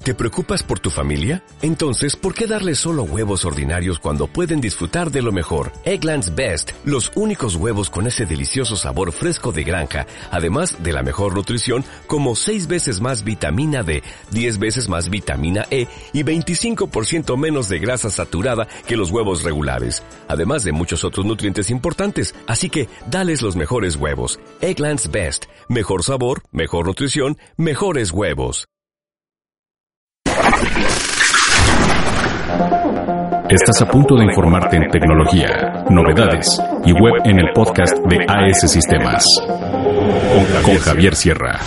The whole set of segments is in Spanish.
¿Te preocupas por tu familia? Entonces, ¿por qué darles solo huevos ordinarios cuando pueden disfrutar de lo mejor? Eggland's Best, los únicos huevos con ese delicioso sabor fresco de granja, además de la mejor nutrición, como 6 veces más vitamina D, 10 veces más vitamina E y 25% menos de grasa saturada que los huevos regulares, además de muchos otros nutrientes importantes. Así que, dales los mejores huevos. Eggland's Best, mejor sabor, mejor nutrición, mejores huevos. Estás a punto de informarte en tecnología, novedades y web en el podcast de AS Sistemas con Javier Sierra.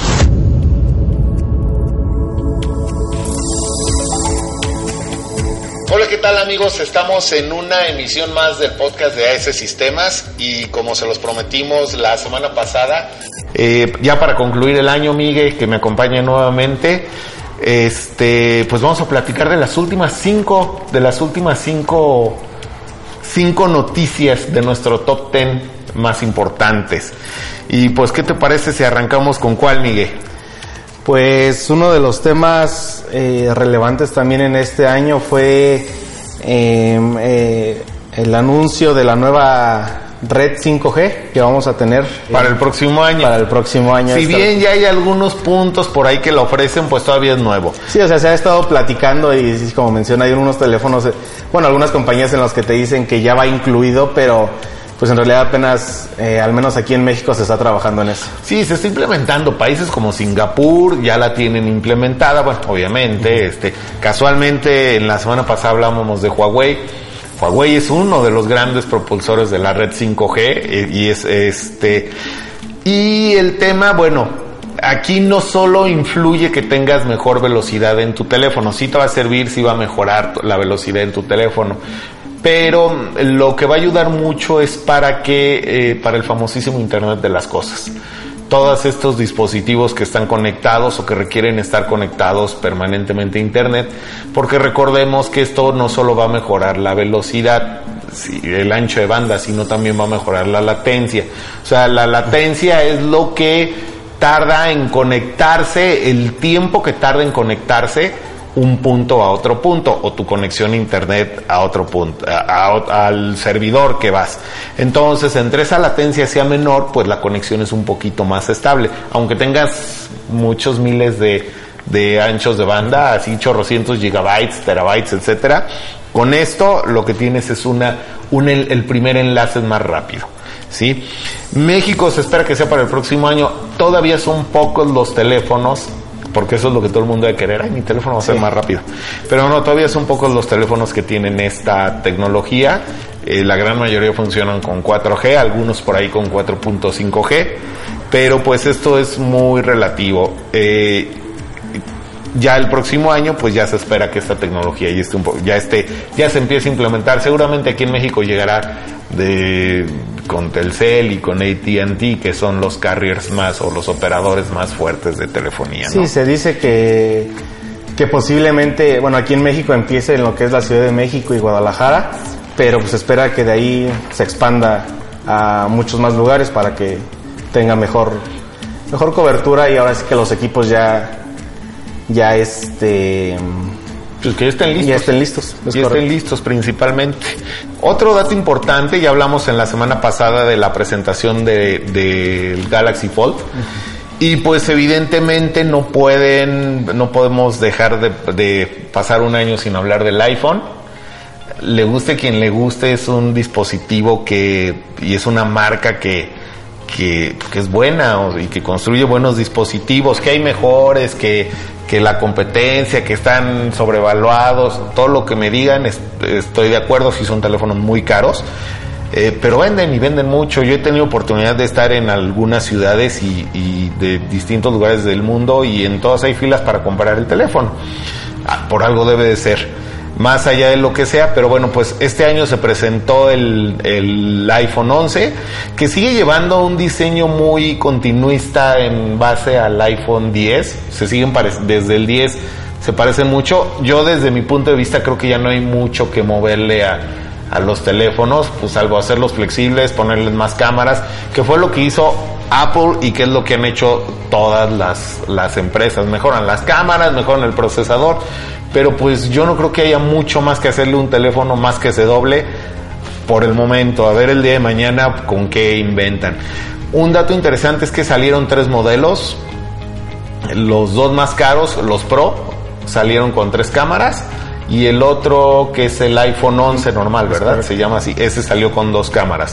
Hola, ¿qué tal amigos? Estamos en una emisión más del podcast de AS Sistemas y como se los prometimos la semana pasada, ya para concluir el año, Miguel, que me acompaña nuevamente, pues vamos a platicar de las últimas cinco noticias de nuestro top 10 más importantes. Y pues, ¿qué te parece si arrancamos con cuál, Miguel? Pues uno de los temas relevantes también en este año fue el anuncio de la nueva red 5G que vamos a tener para el próximo año. Si bien ya hay algunos puntos por ahí que lo ofrecen, pues todavía es nuevo. Sí, o sea, se ha estado platicando y como menciona, hay unos teléfonos, algunas compañías en las que te dicen que ya va incluido, pero pues en realidad apenas, al menos aquí en México, se está trabajando en eso. Sí, se está implementando. Países como Singapur ya la tienen implementada. Bueno, obviamente, casualmente en la semana pasada hablábamos de Huawei. Huawei es uno de los grandes propulsores de la red 5G y el tema, bueno, aquí no solo influye que tengas mejor velocidad en tu teléfono, sí te va a servir, sí va a mejorar la velocidad en tu teléfono, pero lo que va a ayudar mucho es para el famosísimo Internet de las cosas. Todos estos dispositivos que están conectados o que requieren estar conectados permanentemente a Internet, porque recordemos que esto no solo va a mejorar la velocidad, el ancho de banda, sino también va a mejorar la latencia. O sea, la latencia es lo que tarda en conectarse, el tiempo que tarda en conectarse un punto a otro punto, o tu conexión a Internet a otro punto, al servidor que vas. Entonces, entre esa latencia sea menor, pues la conexión es un poquito más estable. Aunque tengas muchos miles de anchos de banda, así chorrocientos gigabytes, terabytes, etcétera, con esto lo que tienes es el primer enlace más rápido, ¿sí? México se espera que sea para el próximo año. Todavía son pocos los teléfonos, porque eso es lo que todo el mundo debe querer. Ay, mi teléfono va a ser más rápido. Pero no, todavía son pocos los teléfonos que tienen esta tecnología. La gran mayoría funcionan con 4G, algunos por ahí con 4.5G, pero pues esto es muy relativo. Ya el próximo año pues ya se espera que esta tecnología ya se empiece a implementar. Seguramente aquí en México llegará con Telcel y con AT&T, que son los carriers o los operadores más fuertes de telefonía, ¿no? Sí, se dice que posiblemente, aquí en México empiece en lo que es la Ciudad de México y Guadalajara, pero pues se espera que de ahí se expanda a muchos más lugares para que tenga mejor cobertura, y ahora sí que los equipos pues que ya estén listos. Ya estén listos. Ya estén listos principalmente. Otro dato importante, ya hablamos en la semana pasada de la presentación del Galaxy Fold. Y pues evidentemente no podemos dejar de pasar un año sin hablar del iPhone. Le guste quien le guste, es un dispositivo y es una marca que es buena y que construye buenos dispositivos, que hay mejores que la competencia, que están sobrevaluados, todo lo que me digan, estoy de acuerdo, si son teléfonos muy caros, pero venden mucho. Yo he tenido oportunidad de estar en algunas ciudades y de distintos lugares del mundo, y en todas hay filas para comprar el teléfono. Por algo debe de ser, más allá de lo que sea. Pero bueno, pues este año se presentó el iPhone 11, que sigue llevando un diseño muy continuista en base al iPhone 10. Desde el 10 se parecen mucho. Yo desde mi punto de vista creo que ya no hay mucho que moverle a los teléfonos, pues salvo hacerlos flexibles, ponerles más cámaras, que fue lo que hizo Apple y que es lo que han hecho todas las empresas. Mejoran las cámaras, mejoran el procesador, pero pues yo no creo que haya mucho más que hacerle un teléfono más que se doble por el momento. A ver el día de mañana con qué inventan. Un dato interesante es que salieron 3 modelos. Los 2 más caros, los Pro, salieron con 3 cámaras. Y el otro, que es el iPhone 11 normal, ¿verdad? Se llama así. Ese salió con 2 cámaras.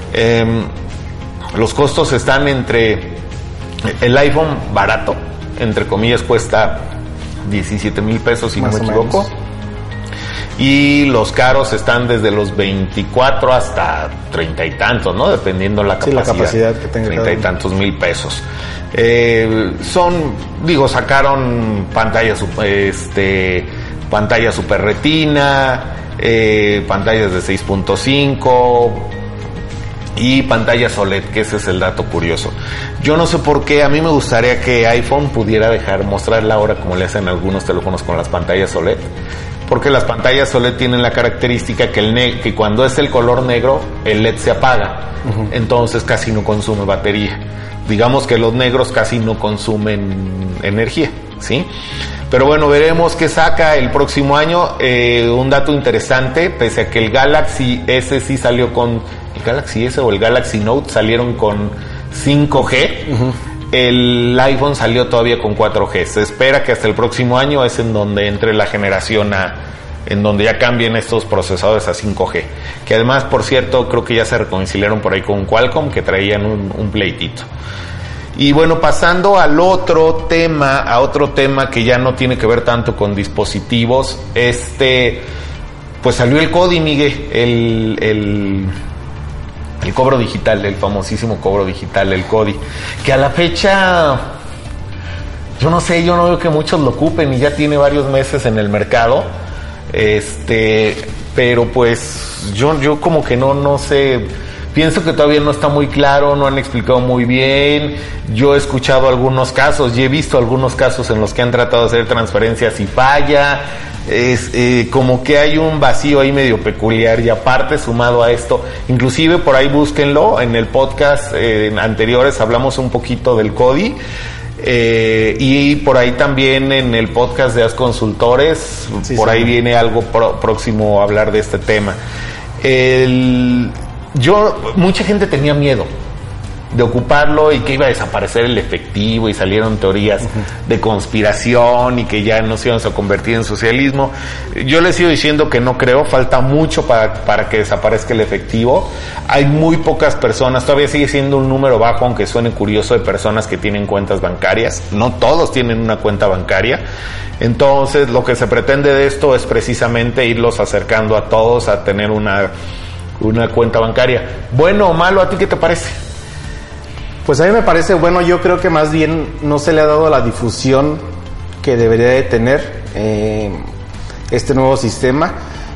Los costos están entre... El iPhone barato, entre comillas, cuesta 17,000 pesos, si no me equivoco. Y los caros están desde los 24 hasta 30 y tantos, ¿no? Dependiendo la capacidad. Sí, la capacidad que tenga. 30 y tantos mil pesos. Sacaron pantallas, pantalla Super Retina, pantallas de 6.5 y pantallas OLED, que ese es el dato curioso. Yo no sé por qué, a mí me gustaría que iPhone pudiera mostrarla ahora como le hacen algunos teléfonos con las pantallas OLED, porque las pantallas OLED tienen la característica que cuando es el color negro, el LED se apaga, entonces casi no consume batería. Digamos que los negros casi no consumen energía, ¿sí? Pero bueno, veremos qué saca el próximo año. Un dato interesante, pese a que el Galaxy S sí salió con... El Galaxy S o el Galaxy Note salieron con 5G, el iPhone salió todavía con 4G. Se espera que hasta el próximo año es en donde entre la generación en donde ya cambien estos procesadores a 5G. Que además, por cierto, creo que ya se reconciliaron por ahí con Qualcomm, que traían un pleitito. Y bueno, pasando a otro tema que ya no tiene que ver tanto con dispositivos, pues salió el CODI, Miguel, el cobro digital, el famosísimo cobro digital, el CODI, que a la fecha, yo no veo que muchos lo ocupen y ya tiene varios meses en el mercado, pero pues yo como que no sé. Pienso que todavía no está muy claro, no han explicado muy bien. Yo he escuchado algunos casos y he visto algunos casos en los que han tratado de hacer transferencias y falla. Como que hay un vacío ahí medio peculiar, y aparte, sumado a esto, inclusive por ahí búsquenlo, en el podcast anteriores hablamos un poquito del CODI. Y por ahí también en el podcast de As Consultores, ahí viene algo próximo a hablar de este tema. Mucha gente tenía miedo de ocuparlo y que iba a desaparecer el efectivo, y salieron teorías de conspiración y que ya nos íbamos a convertir en socialismo. Yo les sigo diciendo que no creo, falta mucho para que desaparezca el efectivo. Hay muy pocas personas, todavía sigue siendo un número bajo, aunque suene curioso, de personas que tienen cuentas bancarias. No todos tienen una cuenta bancaria. Entonces, lo que se pretende de esto es precisamente irlos acercando a todos a tener una cuenta bancaria. ¿Bueno o malo? ¿A ti qué te parece? Pues a mí me parece bueno. Yo creo que más bien no se le ha dado la difusión que debería de tener este nuevo sistema.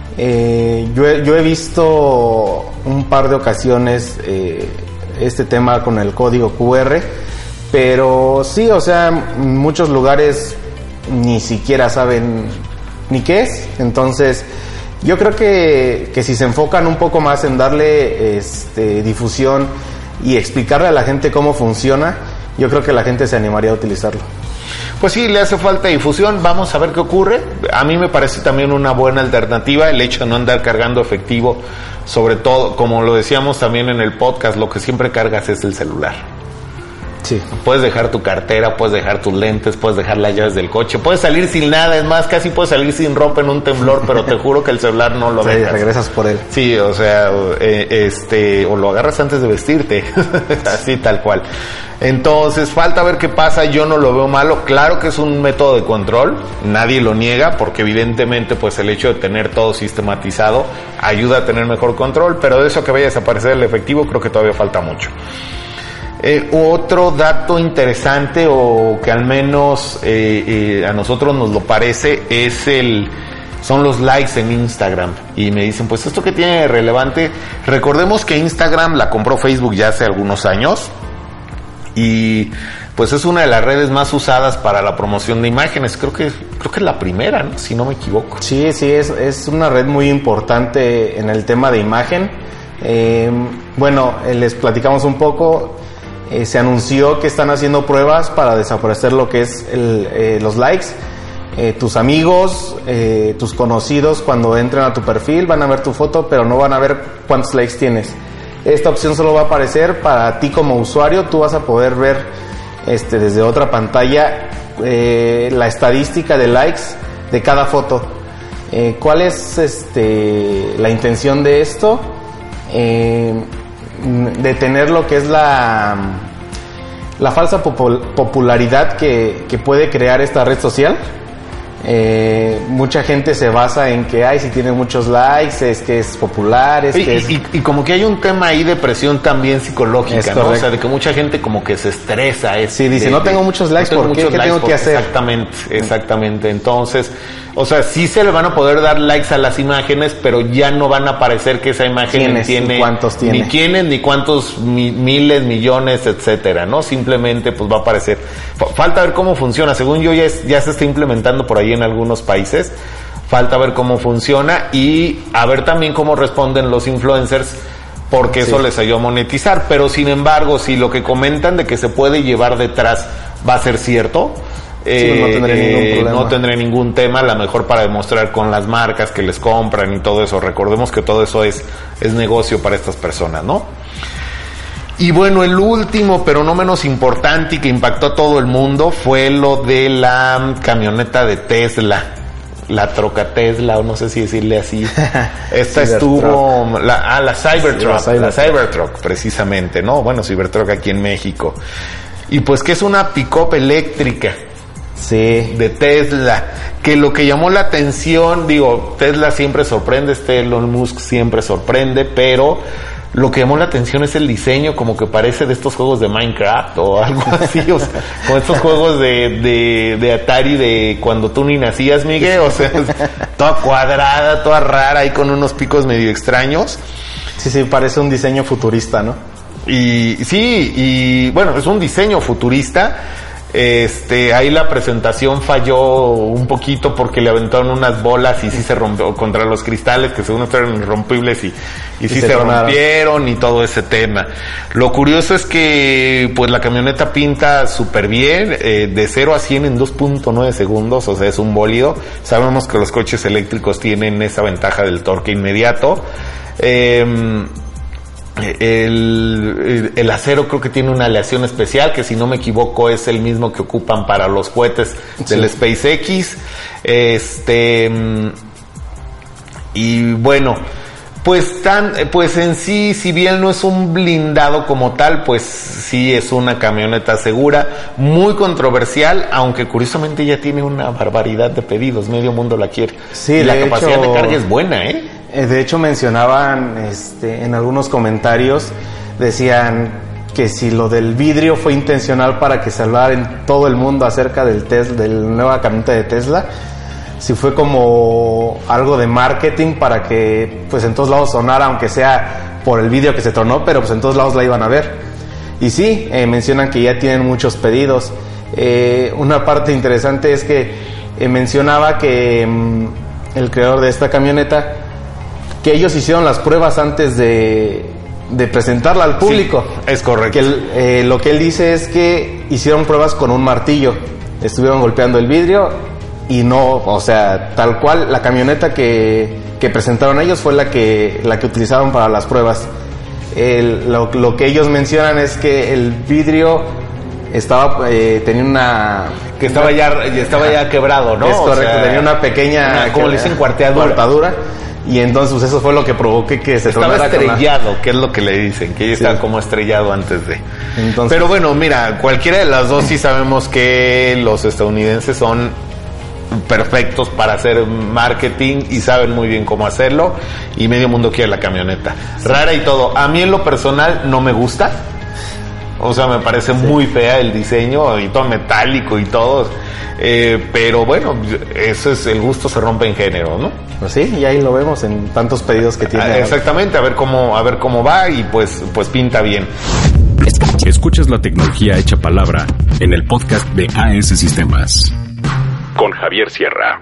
Yo he visto un par de ocasiones este tema con el código QR, pero sí, o sea, en muchos lugares ni siquiera saben ni qué es. Entonces, yo creo que si se enfocan un poco más en darle difusión y explicarle a la gente cómo funciona, yo creo que la gente se animaría a utilizarlo. Pues sí, le hace falta difusión, vamos a ver qué ocurre. A mí me parece también una buena alternativa el hecho de no andar cargando efectivo, sobre todo, como lo decíamos también en el podcast, lo que siempre cargas es el celular. Sí. Puedes dejar tu cartera, puedes dejar tus lentes, puedes dejar las llaves del coche, puedes salir sin nada, es más, casi puedes salir sin ropa en un temblor, pero te juro que el celular no lo dejas. Regresas por él. Sí, o sea, o lo agarras antes de vestirte, así tal cual. Entonces, falta ver qué pasa, yo no lo veo malo. Claro que es un método de control, nadie lo niega, porque evidentemente pues el hecho de tener todo sistematizado ayuda a tener mejor control, pero de eso que vaya a desaparecer el efectivo, creo que todavía falta mucho. Otro dato interesante, o que al menos a nosotros nos lo parece, son los likes en Instagram. Y me dicen, pues ¿esto qué tiene de relevante? Recordemos que Instagram la compró Facebook ya hace algunos años, y pues es una de las redes más usadas para la promoción de imágenes. Creo que es la primera, ¿no? Si no me equivoco. Sí, es una red muy importante en el tema de imagen. Bueno, les platicamos un poco. Se anunció que están haciendo pruebas para desaparecer lo que es los likes. Tus amigos, tus conocidos, cuando entren a tu perfil van a ver tu foto, pero no van a ver cuántos likes tienes. Esta opción solo va a aparecer para ti como usuario. Tú vas a poder ver desde otra pantalla la estadística de likes de cada foto. ¿Cuál es la intención de esto? De tener lo que es la falsa popularidad que puede crear esta red social. Mucha gente se basa en que si tiene muchos likes es que es popular, y como que hay un tema ahí de presión también psicológica, ¿no? O sea, de que mucha gente como que se estresa. Sí, dice, no tengo muchos likes, ¿por qué? ¿Qué tengo que hacer? Exactamente. Entonces, o sea, sí se le van a poder dar likes a las imágenes, pero ya no van a aparecer que esa imagen tiene, cuántos tiene, ni quiénes, ni cuántos miles, millones, etcétera, ¿no? Simplemente pues va a aparecer. Falta ver cómo funciona. Según yo ya se está implementando por ahí en algunos países. Falta ver cómo funciona y a ver también cómo responden los influencers, porque eso les ayuda a monetizar. Pero sin embargo, si lo que comentan de que se puede llevar detrás va a ser cierto, no tendré ningún tema, a lo mejor para demostrar con las marcas que les compran y todo eso. Recordemos que todo eso es negocio para estas personas, ¿no? Y bueno, el último, pero no menos importante y que impactó a todo el mundo, fue lo de la camioneta de Tesla. La troca Tesla, o no sé si decirle así. Esta estuvo... La Cybertruck. La Cybertruck, precisamente, ¿no? Bueno, Cybertruck aquí en México. Y pues que es una pick-up eléctrica. Sí. De Tesla. Que lo que llamó la atención, Tesla siempre sorprende, Elon Musk siempre sorprende, pero... Lo que llamó la atención es el diseño, como que parece de estos juegos de Minecraft o algo así, o sea, como estos juegos de Atari de cuando tú ni nacías, Miguel, o sea, toda cuadrada, toda rara, ahí con unos picos medio extraños. Sí, parece un diseño futurista, ¿no? Y bueno, es un diseño futurista. Ahí la presentación falló un poquito porque le aventaron unas bolas y sí se rompió contra los cristales que según eran irrompibles y sí se rompieron y todo ese tema. Lo curioso es que pues la camioneta pinta súper bien, de 0 a 100 en 2.9 segundos, o sea, es un bólido. Sabemos que los coches eléctricos tienen esa ventaja del torque inmediato. El acero creo que tiene una aleación especial que si no me equivoco es el mismo que ocupan para los cohetes del SpaceX. Y bueno, pues en sí, si bien no es un blindado como tal, pues sí es una camioneta segura, muy controversial, aunque curiosamente ya tiene una barbaridad de pedidos, medio mundo la quiere. Sí, y la capacidad de carga es buena, De hecho mencionaban en algunos comentarios, decían que si lo del vidrio fue intencional para que se hablara en todo el mundo acerca del nueva camioneta de Tesla, si fue como algo de marketing para que pues en todos lados sonara, aunque sea por el vidrio que se tronó, pero pues en todos lados la iban a ver. Y sí, mencionan que ya tienen muchos pedidos. Una parte interesante es que mencionaba que el creador de esta camioneta, que ellos hicieron las pruebas antes de presentarla al público. Sí, es correcto. Que lo que él dice es que hicieron pruebas con un martillo, estuvieron golpeando el vidrio y no, o sea, tal cual la camioneta que presentaron ellos fue la que utilizaron para las pruebas. Lo que ellos mencionan es que el vidrio tenía una... Que estaba ya quebrado, ¿no? Es correcto, tenía una pequeña... como le dicen, cuarteadura. Y entonces eso fue lo que provocó que se estaba estrellado, que es lo que le dicen, que ella estaba como estrellado antes de. Entonces, pero bueno, mira, cualquiera de las dos sí sabemos que los estadounidenses son perfectos para hacer marketing y saben muy bien cómo hacerlo, y medio mundo quiere la camioneta. Rara y todo. A mí en lo personal no me gusta. O sea, me parece muy fea el diseño y todo metálico y todo. Pero bueno, eso es, el gusto se rompe en género, ¿no? Pues sí, y ahí lo vemos en tantos pedidos que tiene. Exactamente, a ver cómo va y pues pinta bien. Escuchas la tecnología hecha palabra en el podcast de AS Sistemas. Con Javier Sierra.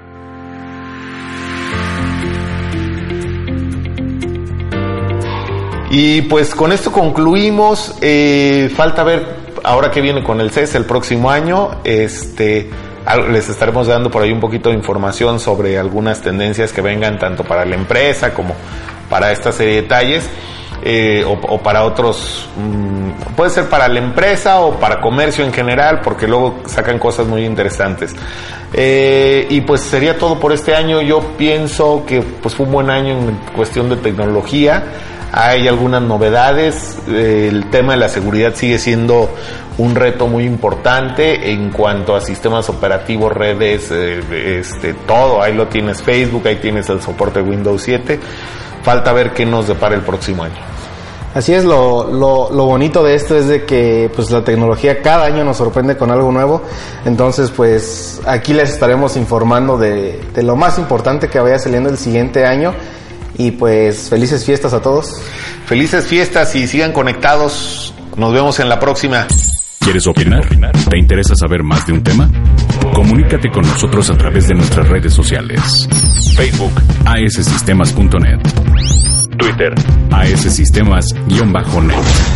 Y pues con esto concluimos. Falta ver ahora qué viene con el CES el próximo año. Les estaremos dando por ahí un poquito de información sobre algunas tendencias que vengan tanto para la empresa como para esta serie de detalles. O para otros, puede ser para la empresa o para comercio en general, porque luego sacan cosas muy interesantes. Y pues sería todo por este año. Yo pienso que pues fue un buen año en cuestión de tecnología. Hay algunas novedades. El tema de la seguridad sigue siendo un reto muy importante en cuanto a sistemas operativos, redes, todo. Ahí lo tienes Facebook, ahí tienes el soporte de Windows 7. Falta ver qué nos depara el próximo año. Así es, lo bonito de esto es de que pues la tecnología cada año nos sorprende con algo nuevo. Entonces pues aquí les estaremos informando de lo más importante que vaya saliendo el siguiente año. Y pues felices fiestas a todos. Felices fiestas y sigan conectados. Nos vemos en la próxima. ¿Quieres opinar? ¿Te interesa saber más de un tema? Comunícate con nosotros a través de nuestras redes sociales. Facebook, ASSistemas.net. Twitter, ASSistemas_net.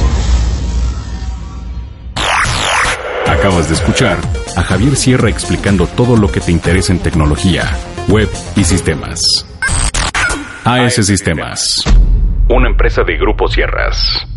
Acabas de escuchar a Javier Sierra explicando todo lo que te interesa en tecnología, web y sistemas. AS Sistemas, una empresa de Grupo Sierras.